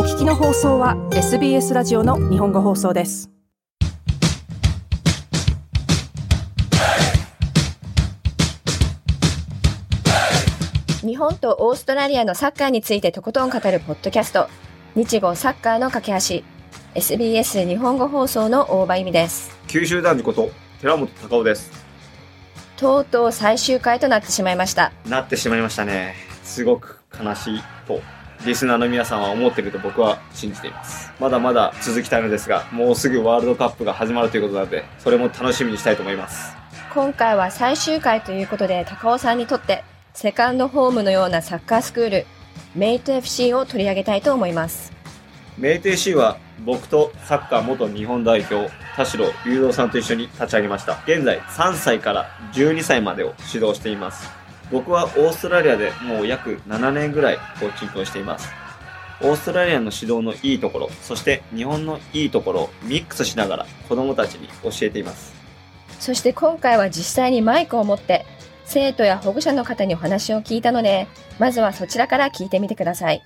聞きの放送は SBS ラジオの日本語放送です。日本とオーストラリアのサッカーについてとことん語るポッドキャスト、日豪サッカーの架け橋、 SBS 日本語放送の大場由美です。 九州男児こと寺本隆夫です。 とうとう最終回となってしまいました。 なってしまいましたね。すごく悲しいとリスナーの皆さんは思っていると僕は信じています。まだまだ続きたいのですが、もうすぐワールドカップが始まるということなので、それも楽しみにしたいと思います。 今回は最終回ということで、高尾さんにとってセカンドホームのようなサッカースクール、メイト FC を取り上げたいと思います。 メイト FC は僕とサッカー元日本代表田代雄三さんと一緒に立ち上げました。現在3歳から12歳までを指導しています。僕はオーストラリアでもう約7年ぐらいコーチングをしています。オーストラリアの指導のいいところ、そして日本のいいところをミックスしながら子どもたちに教えています。 そして今回は実際にマイクを持って生徒や保護者の方にお話を聞いたので、まずはそちらから聞いてみてください。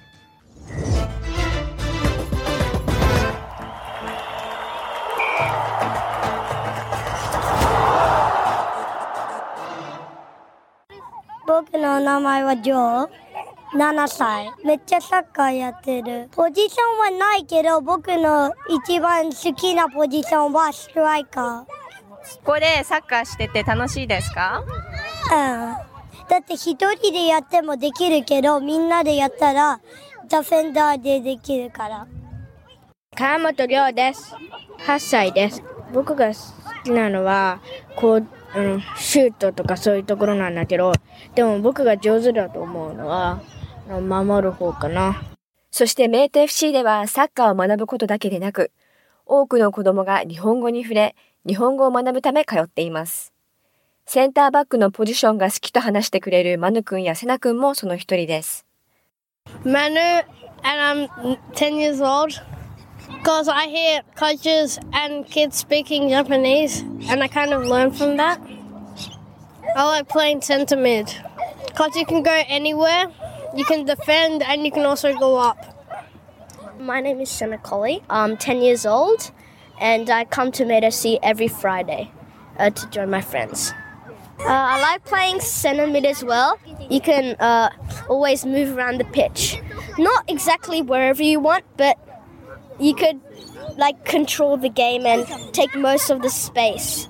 僕の名前はジョー、7歳。めっちゃサッカーやってる。ポジションはないけど、僕の一番好きなポジションはストライカー。 ここでサッカーしてて楽しいですか？ だって一人でやってもできるけど、みんなでやったらディフェンダーでできるから。 川本亮です。8歳です。僕が好きなのはシュートとかそういうところなんだけど、でも僕が上手だと思うのは守る方かな。 そしてメイト FC ではサッカーを学ぶことだけでなく、多くの子供が日本語に触れ、日本語を学ぶため通っています。センターバックのポジションが好きと話してくれるマヌ君やセナ君もその一人です。 Manu, and I'm 10 years old because I hear coaches and kids speaking Japanese and I kind of learn from that. I like playing center mid because you can go anywhere, you can defend and you can also go up. My name is Senna Colley. I'm 10 years old and I come to Meadow C every Friday to join my friends. I like playing center mid as well. You can always move around the pitch. Not exactly wherever you want, but you could control the game and take most of the space.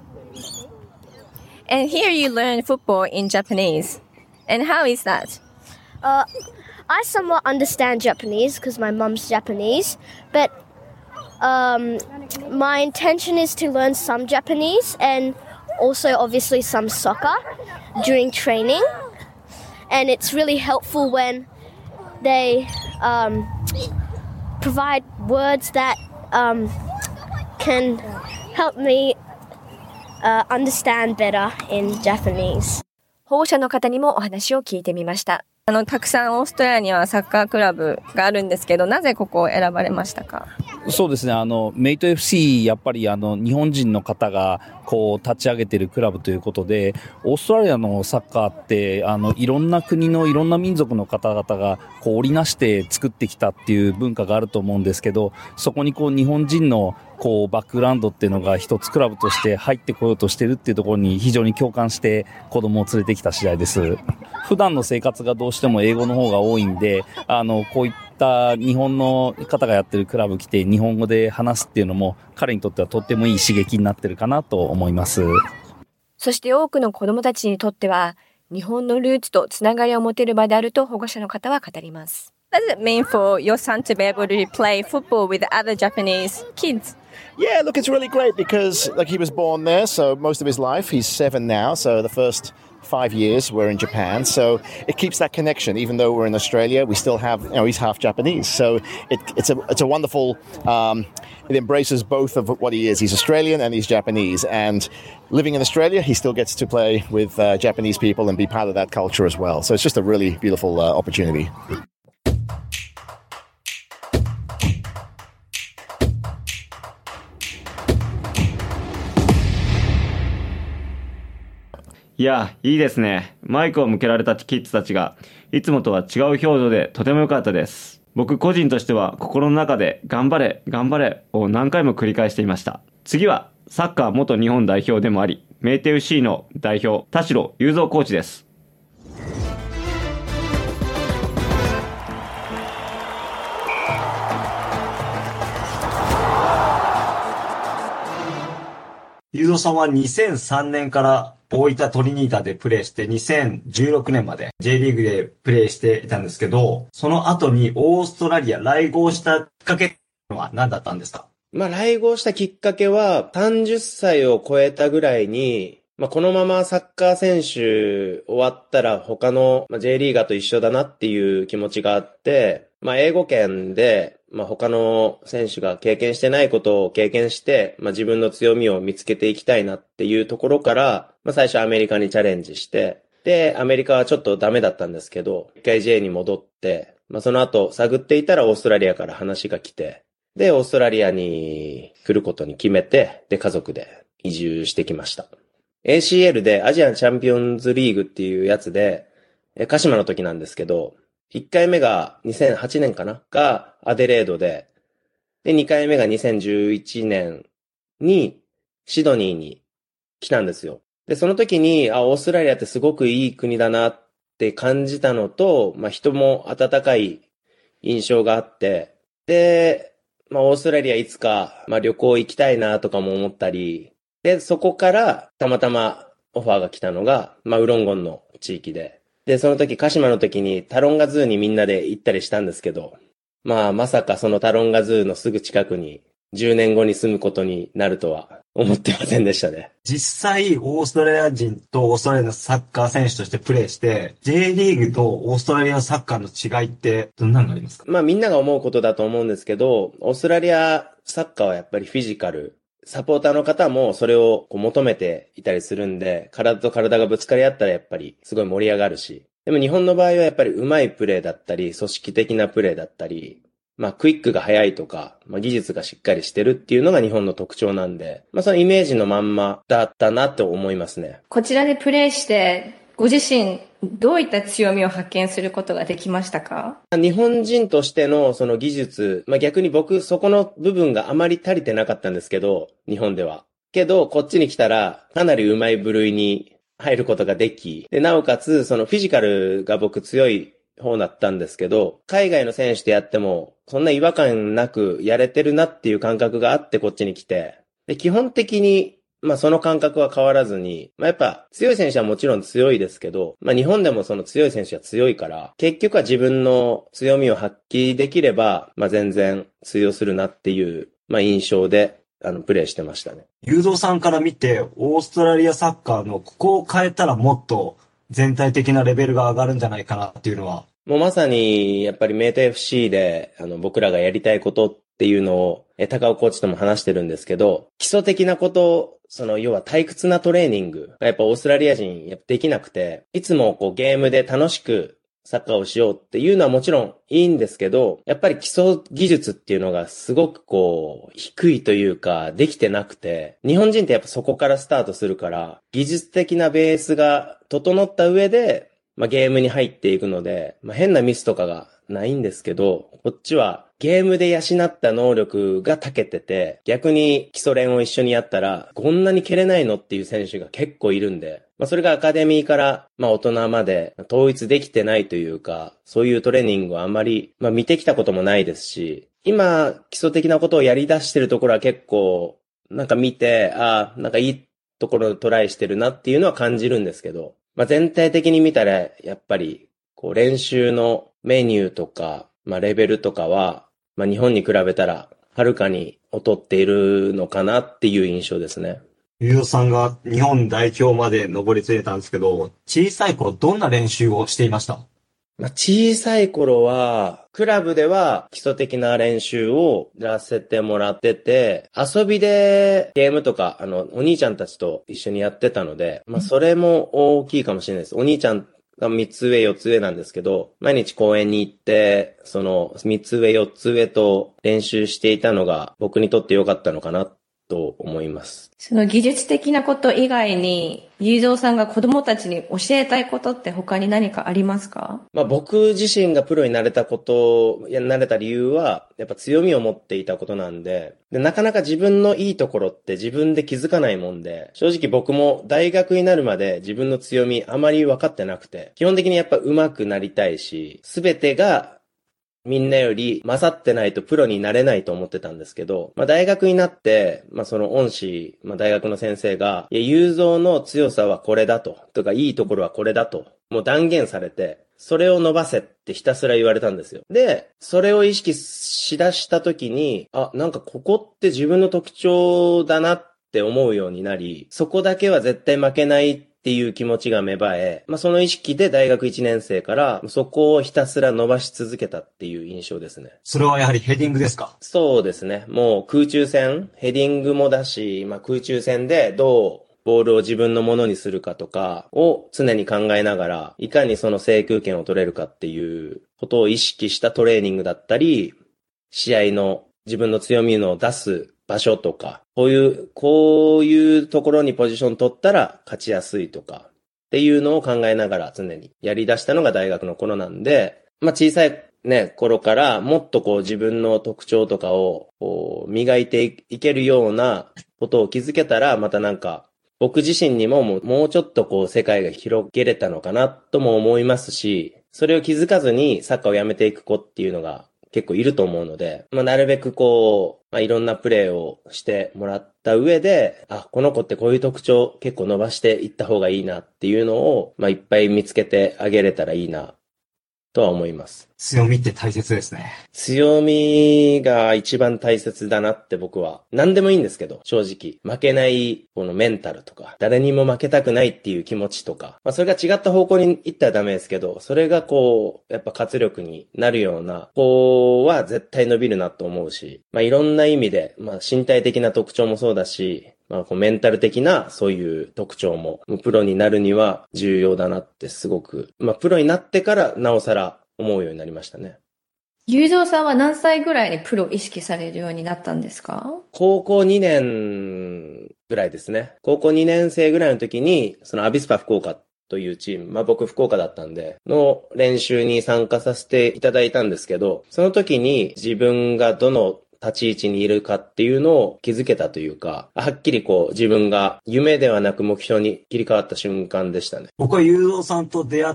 And here you learn football in Japanese. And how is that? I somewhat understand Japanese because my mum's Japanese, but my intention is to learn some Japanese and also obviously some soccer during training. And it's really helpful when they provide words that can help me understand better in Japanese. 保護者の方にもお話を聞いてみました。たくさんオーストラリアにはサッカークラブがあるんですけど、なぜここを選ばれましたか？ そうですね。メイト FC やっぱり日本人の方が立ち上げているクラブということで、オーストラリアのサッカーっていろんな国のいろんな民族の方々が織りなして作ってきたっていう文化があると思うんですけど、そこに日本人のバックグラウンドっていうのが一つクラブとして入ってこようとしてるっていうところに非常に共感して子供を連れてきた次第です。普段の生活がどうしても英語の方が多いんで、こういった日本の方がやってるクラブ来て日本語で話すっていうのも彼にとってはとってもいい刺激になってるかなと思います。 そして多くの子供たちにとっては日本のルーツとつながりを持てる場であると保護者の方は語ります。What does it mean for your son to be able to play football with other Japanese kids? Yeah, look, it's really great because he was born there, so most of his life, he's 7 now, so the first 5 years we're in Japan, so it keeps that connection. Even though we're in Australia, we still have, he's half Japanese, so it's a wonderful, it embraces both of what he is. He's Australian and he's Japanese, and living in Australia, he still gets to play with Japanese people and be part of that culture as well. So it's just a really beautiful opportunity. いや、いいですね。マイクを向けられたキッズたちがいつもとは違う表情でとても良かったです。 僕個人としては心の中で頑張れ、頑張れを何回も繰り返していました。次はサッカー元日本代表でもあり、メイテ FC の代表、田代雄三コーチです。雄三さんは2003年から大分トリニータでプレーして2016年まで J リーグでプレーしていたんですけど、その後にオーストラリア来郷したきっかけは何だったんですか？ 来郷したきっかけは30歳を超えたぐらいに、このままサッカー選手終わったら他の J リーガーと一緒だなっていう気持ちがあって、英語圏で他の選手が経験してないことを経験して、自分の強みを見つけていきたいなっていうところから、最初アメリカにチャレンジして、で、アメリカはちょっとダメだったんですけど、一回 J に戻って、その後探っていたらオーストラリアから話が来て、で、オーストラリアに来ることに決めて、で、家族で移住してきました。ACL でアジアンチャンピオンズリーグっていうやつで、鹿島の時なんですけど、1回目が2008年かながアデレードで、で、2回目が2011年にシドニーに来たんですよ。で、その時に、オーストラリアってすごくいい国だなって感じたのと、人も温かい印象があって、で、オーストラリアいつか、旅行行きたいなとかも思ったり、で、そこからたまたまオファーが来たのが、ウロンゴンの地域で、で、その時、鹿島の時にタロンガズーにみんなで行ったりしたんですけど、まさかそのタロンガズーのすぐ近くに10年後に住むことになるとは思ってませんでしたね。 実際、オーストラリア人とオーストラリアのサッカー選手としてプレーして、J リーグとオーストラリアのサッカーの違いってどんなのがありますか？ みんなが思うことだと思うんですけど、オーストラリアサッカーはやっぱりフィジカル、サポーターの方もそれを求めていたりするんで、体と体がぶつかり合ったらやっぱりすごい盛り上がるし、でも日本の場合はやっぱり上手いプレーだったり、組織的なプレーだったり、クイックが速いとか、技術がしっかりしてるっていうのが日本の特徴なんで、そのイメージのまんまだったなと思いますね。 こちらでプレーして、ご自身どういった強みを発見することができましたか？ 日本人としてのその技術、逆に僕そこの部分があまり足りてなかったんですけど、日本では。けど、こっちに来たらかなり上手い部類に入ることができ、で、なおかつそのフィジカルが僕強い方だったんですけど、海外の選手とやってもそんな違和感なくやれてるなっていう感覚があってこっちに来て、で、基本的にその感覚は変わらずに、やっぱ強い選手はもちろん強いですけど、日本でもその強い選手は強いから、結局は自分の強みを発揮できれば、全然通用するなっていう、印象で、プレーしてましたね。 雄三さんから見て、オーストラリアサッカーのここを変えたらもっと全体的なレベルが上がるんじゃないかなっていうのは。 もうまさに、やっぱりメイト FC で、僕らがやりたいことっていうのを、高尾コーチとも話してるんですけど、基礎的なこと、要は退屈なトレーニングがやっぱオーストラリア人できなくて、いつもゲームで楽しくサッカーをしようっていうのはもちろんいいんですけど、やっぱり基礎技術っていうのがすごく低いというかできてなくて、日本人ってやっぱそこからスタートするから、技術的なベースが整った上で、ゲームに入っていくので、変なミスとかがないんですけど、こっちはゲームで養った能力が長けてて、逆に基礎練を一緒にやったら、こんなに蹴れないのっていう選手が結構いるんで、それがアカデミーから大人まで統一できてないというか、そういうトレーニングをあんまり見てきたこともないですし、今基礎的なことをやり出してるところは結構見て、いいところでトライしてるなっていうのは感じるんですけど、全体的に見たらやっぱり練習のメニューとか、レベルとかは、日本に比べたらはるかに劣っているのかなっていう印象ですね。 雄三さんが日本代表まで上り詰めたんですけど、小さい頃どんな練習をしていました？ 小さい頃は、クラブでは基礎的な練習をやらせてもらってて、遊びでゲームとか、お兄ちゃんたちと一緒にやってたので、それも大きいかもしれないです。お兄ちゃんが3つ上4つ上なんですけど、毎日公園に行って、その3つ上4つ上と練習していたのが僕にとって良かったのかなっと思います。 その技術的なこと以外に、雄三さんが子供たちに教えたいことって他に何かありますか？ 僕自身がプロになれた理由は、やっぱ強みを持っていたことなんで、なかなか自分のいいところって自分で気づかないもんで、正直僕も大学になるまで自分の強みあまり分かってなくて、基本的にやっぱ上手くなりたいし、すべてがみんなより勝ってないとプロになれないと思ってたんですけど、大学になって、その恩師、大学の先生が、雄三の強さはこれだとか、いいところはこれだと、もう断言されて、それを伸ばせってひたすら言われたんですよ。で、それを意識しだした時に、なんかここって自分の特徴だなって思うようになり、そこだけは絶対負けないっていう気持ちが芽生え、その意識で大学1年生からそこをひたすら伸ばし続けたっていう印象ですね。 それはやはりヘディングですか？ そうですね。もう空中戦、ヘディングもだし、空中戦でどうボールを自分のものにするかとかを常に考えながら、いかにその制空権を取れるかっていうことを意識したトレーニングだったり、試合の自分の強みの出す場所とか、こういうところにポジション取ったら勝ちやすいとかっていうのを考えながら常にやり出したのが大学の頃なんで、小さい頃からもっと自分の特徴とかを磨いていけるようなことを気づけたら、また僕自身にももうちょっと世界が広げれたのかなとも思いますし、それを気づかずにサッカーをやめていく子っていうのが結構いると思うので、なるべくいろんなプレーをしてもらった上で、この子ってこういう特徴結構伸ばしていった方がいいなっていうのを、いっぱい見つけてあげれたらいいなとは思います。 強みって大切ですね。 強みが一番大切だなって僕は。何でもいいんですけど、正直。負けないこのメンタルとか、誰にも負けたくないっていう気持ちとか、それが違った方向に行ったらダメですけど、それがやっぱ活力になるような子は絶対伸びるなと思うし、いろんな意味で、身体的な特徴もそうだし、メンタル的なそういう特徴もプロになるには重要だなってすごく、プロになってからなおさら思うようになりましたね。 雄三さんは何歳ぐらいにプロを意識されるようになったんですか？ 高校2年ぐらいですね。高校2年生ぐらいの時に、そのアビスパ福岡というチーム、僕福岡だったんで、の練習に参加させていただいたんですけど、その時に自分がどの立ち位置にいるかっていうのを気づけたというか、はっきり自分が夢ではなく目標に切り替わった瞬間でしたね。 僕は雄三さんと出会って、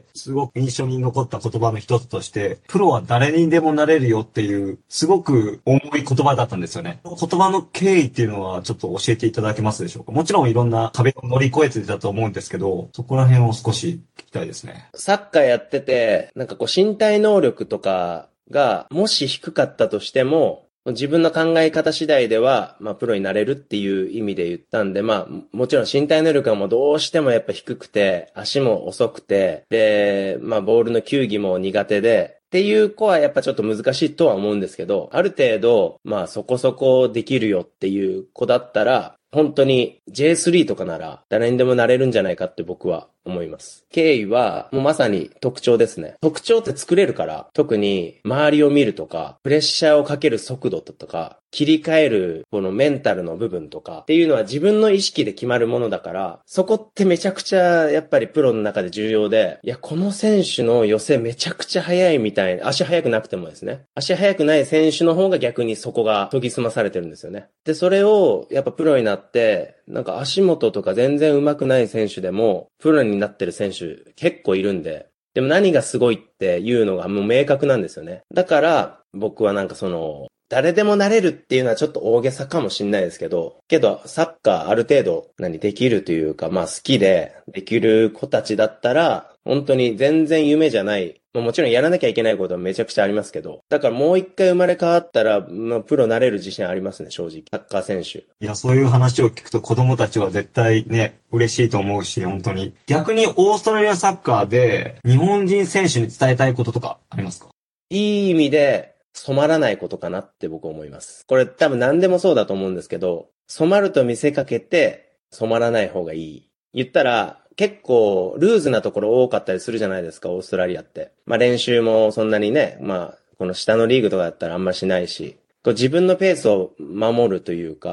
すごく印象に残った言葉の一つとして、プロは誰にでもなれるよっていう、すごく重い言葉だったんですよね。言葉の経緯っていうのはちょっと教えていただけますでしょうか？もちろんいろんな壁を乗り越えてたと思うんですけど、そこら辺を少し聞きたいですね。 サッカーやってて、身体能力とかがもし低かったとしても、自分の考え方次第では、プロになれるっていう意味で言ったんで、もちろん身体能力はもうどうしてもやっぱ低くて、足も遅くて、で、ボールの球技も苦手で、っていう子はやっぱちょっと難しいとは思うんですけど、ある程度、そこそこできるよっていう子だったら、本当に J3 とかなら誰にでもなれるんじゃないかって僕は思います。経緯はもうまさに特徴ですね。特徴って作れるから、特に周りを見るとか、プレッシャーをかける速度とか、切り替えるこのメンタルの部分とかっていうのは自分の意識で決まるものだから、そこってめちゃくちゃやっぱりプロの中で重要で、この選手の寄せめちゃくちゃ速いみたいな、足速くなくてもですね、足速くない選手の方が逆にそこが研ぎ澄まされてるんですよね。で、それをやっぱプロになって、足元とか全然上手くない選手でも、プロになってる選手結構いるんで、でも何がすごいっていうのがもう明確なんですよね。だから僕は誰でもなれるっていうのはちょっと大げさかもしれないですけど、サッカーある程度できるというか、好きでできる子たちだったら、本当に全然夢じゃない。もちろんやらなきゃいけないことはめちゃくちゃありますけど、だからもう一回生まれ変わったら、プロなれる自信ありますね、正直。サッカー選手。 いや、そういう話を聞くと子供たちは絶対ね、嬉しいと思うし、本当に。逆にオーストラリアサッカーで日本人選手に伝えたいこととかありますか？ いい意味で、染まらないことかなって僕は思います。これ多分何でもそうだと思うんですけど、染まると見せかけて染まらない方がいい。言ったら結構ルーズなところ多かったりするじゃないですか、オーストラリアって。練習もそんなにね、この下のリーグとかだったらあんましないし、自分のペースを守るというか、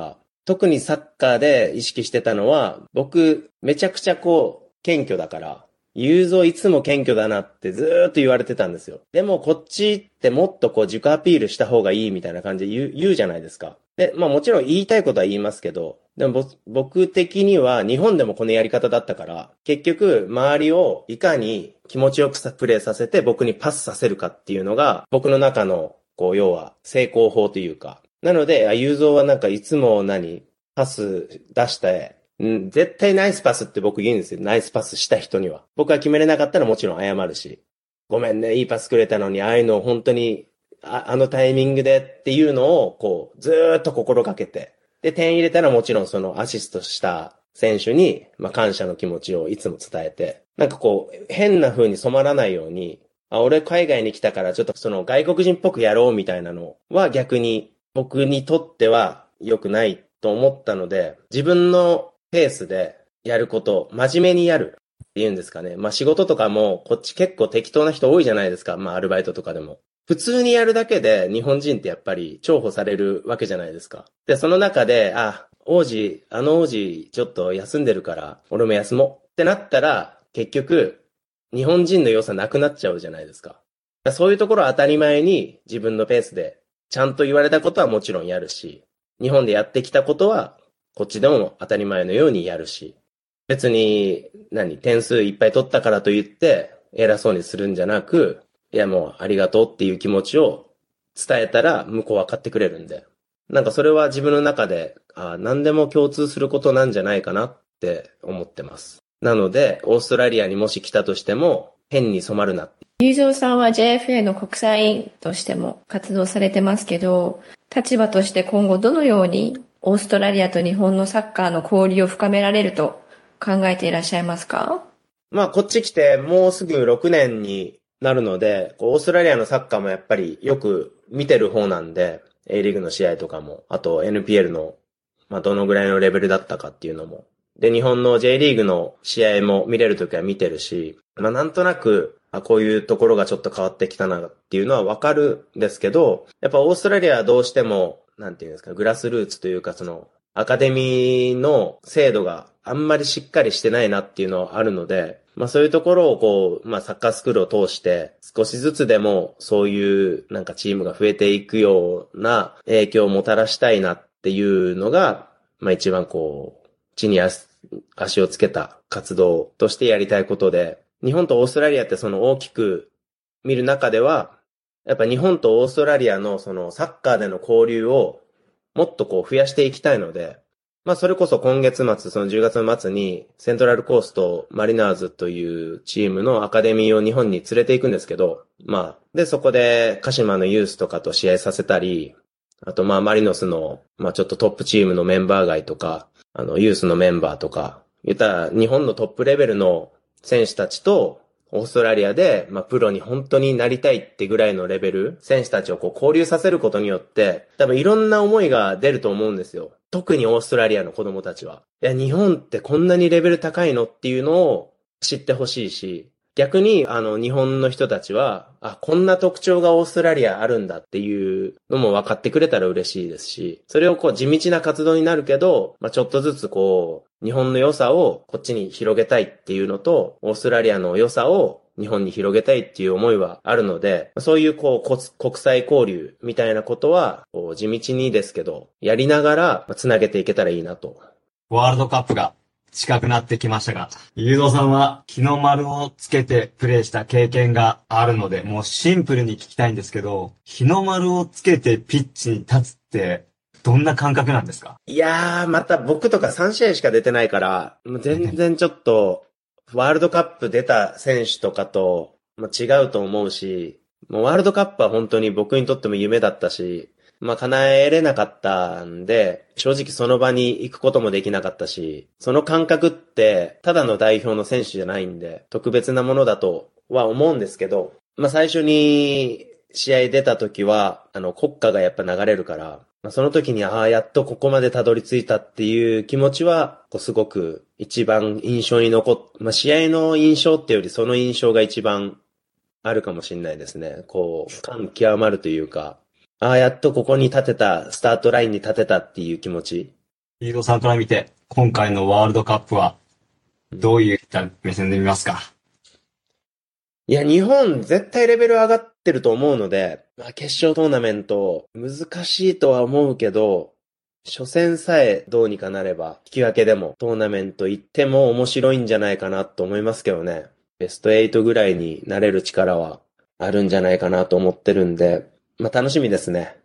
特にサッカーで意識してたのは、僕、めちゃくちゃ謙虚だから、雄三いつも謙虚だなってずーっと言われてたんですよ。でもこっちってもっと自己アピールした方がいいみたいな感じで言うじゃないですか。で、もちろん言いたいことは言いますけど、でも僕的には日本でもこのやり方だったから、結局周りをいかに気持ちよくプレーさせて僕にパスさせるかっていうのが、僕の中の要は成功法というか、なので、雄三はいつもパス出して、絶対ナイスパスって僕言うんですよ。ナイスパスした人には。僕が決めれなかったらもちろん謝るし。ごめんね、いいパスくれたのに、ああいうのを本当に、あのタイミングでっていうのを、ずーっと心がけて。で、点入れたらもちろんそのアシストした選手に、感謝の気持ちをいつも伝えて。変な風に染まらないように、俺海外に来たからちょっとその外国人っぽくやろうみたいなのは逆に僕にとっては良くないと思ったので、自分のペースでやること、真面目にやるっていうんですかね。仕事とかもこっち結構適当な人多いじゃないですか。アルバイトとかでも。普通にやるだけで日本人ってやっぱり重宝されるわけじゃないですか。で、その中で、あの王子ちょっと休んでるから俺も休もうってなったら、結局日本人の良さなくなっちゃうじゃないですか。そういうところは当たり前に自分のペースでちゃんと言われたことはもちろんやるし、日本でやってきたことはこっちでも当たり前のようにやるし、別に点数いっぱい取ったからといって偉そうにするんじゃなく、いやもうありがとうっていう気持ちを伝えたら向こうは買ってくれるんで、それは自分の中で何でも共通することなんじゃないかなって思ってます。なのでオーストラリアにもし来たとしても変に染まるな。 雄三さんは JFA の国際委員としても活動されてますけど、立場として今後どのようにオーストラリアと日本のサッカーの交流を深められると考えていらっしゃいますか？ こっち来てもうすぐ6年になるので、オーストラリアのサッカーもやっぱりよく見てる方なんで、A リーグの試合とかも、あと NPL の、どのぐらいのレベルだったかっていうのも。で、日本の J リーグの試合も見れるときは見てるし、なんとなく、こういうところがちょっと変わってきたなっていうのはわかるんですけど、やっぱオーストラリアはどうしても、グラスルーツというかアカデミーの制度があんまりしっかりしてないなっていうのはあるので、そういうところをサッカースクールを通して少しずつでもそういうチームが増えていくような影響をもたらしたいなっていうのが、一番地に足をつけた活動としてやりたいことで、日本とオーストラリアって大きく見る中では、やっぱ日本とオーストラリアのサッカーでの交流をもっと増やしていきたいので、それこそ今月末、10月の末にセントラルコーストマリナーズというチームのアカデミーを日本に連れて行くんですけど、で、そこで鹿島のユースとかと試合させたり、あとマリノスのちょっとトップチームのメンバー外とか、ユースのメンバーとか、言ったら日本のトップレベルの選手たちとオーストラリアで、プロに本当になりたいってぐらいのレベル、選手たちを交流させることによって、多分いろんな思いが出ると思うんですよ。特にオーストラリアの子供たちは。いや、日本ってこんなにレベル高いのっていうのを知ってほしいし、逆に日本の人たちは、こんな特徴がオーストラリアあるんだっていうのも分かってくれたら嬉しいですし、それを地道な活動になるけど、ちょっとずつ日本の良さをこっちに広げたいっていうのと、オーストラリアの良さを日本に広げたいっていう思いはあるので、そういう国際交流みたいなことは、地道にですけど、やりながらつなげていけたらいいなと。 ワールドカップが近くなってきましたが、雄三さんは日の丸をつけてプレーした経験があるので、もうシンプルに聞きたいんですけど、日の丸をつけてピッチに立つってどんな感覚なんですか？ いやー、また僕とか3試合しか出てないから、もう全然ちょっとワールドカップ出た選手とかと違うと思うし、もうワールドカップは本当に僕にとっても夢だったし、叶えれなかったんで、正直その場に行くこともできなかったし、その感覚ってただの代表の選手じゃないんで、特別なものだとは思うんですけど、最初に試合出た時は、国歌がやっぱ流れるから、その時にやっとここまでたどり着いたっていう気持ちは、すごく一番印象に試合の印象ってよりその印象が一番あるかもしれないですね。感極まるというか、やっとここに立てた、スタートラインに立てたっていう気持ち。 飯藤さんから見て、今回のワールドカップは、どういった目線で見ますか？ いや、日本絶対レベル上がってると思うので、決勝トーナメント難しいとは思うけど、初戦さえどうにかなれば、引き分けでもトーナメント行っても面白いんじゃないかなと思いますけどね。ベスト8ぐらいになれる力はあるんじゃないかなと思ってるんで、楽しみですね。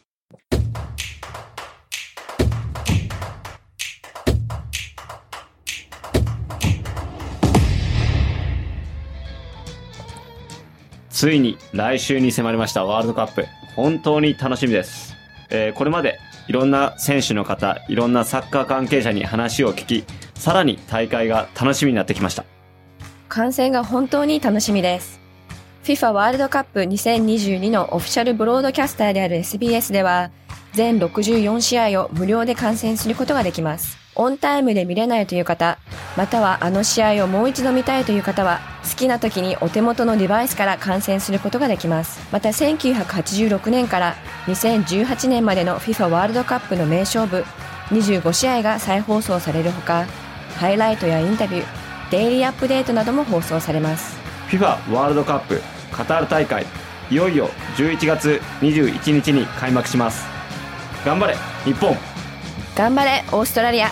ついに来週に迫りましたワールドカップ。本当に楽しみです。これまでいろんな選手の方、いろんなサッカー関係者に話を聞き、さらに大会が楽しみになってきました。 観戦が本当に楽しみです。FIFA ワールドカップ2022のオフィシャルブロードキャスターである SBS では、全64試合を無料で観戦することができます。オンタイムで見れないという方、またはあの試合をもう一度見たいという方は、好きな時にお手元のデバイスから観戦することができます。また1986年から2018年までの FIFA ワールドカップの名勝負25試合が再放送されるほか、ハイライトやインタビュー、デイリーアップデートなども放送されます。 FIFA ワールドカップカタール大会、いよいよ11月21日に開幕します。頑張れ日本、 頑張れオーストラリア。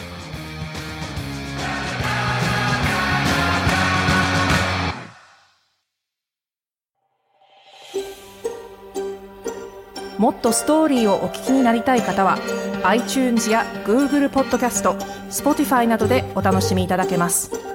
もっとストーリーをお聞きになりたい方は iTunes や Google ポッドキャスト、Spotify などでお楽しみいただけます。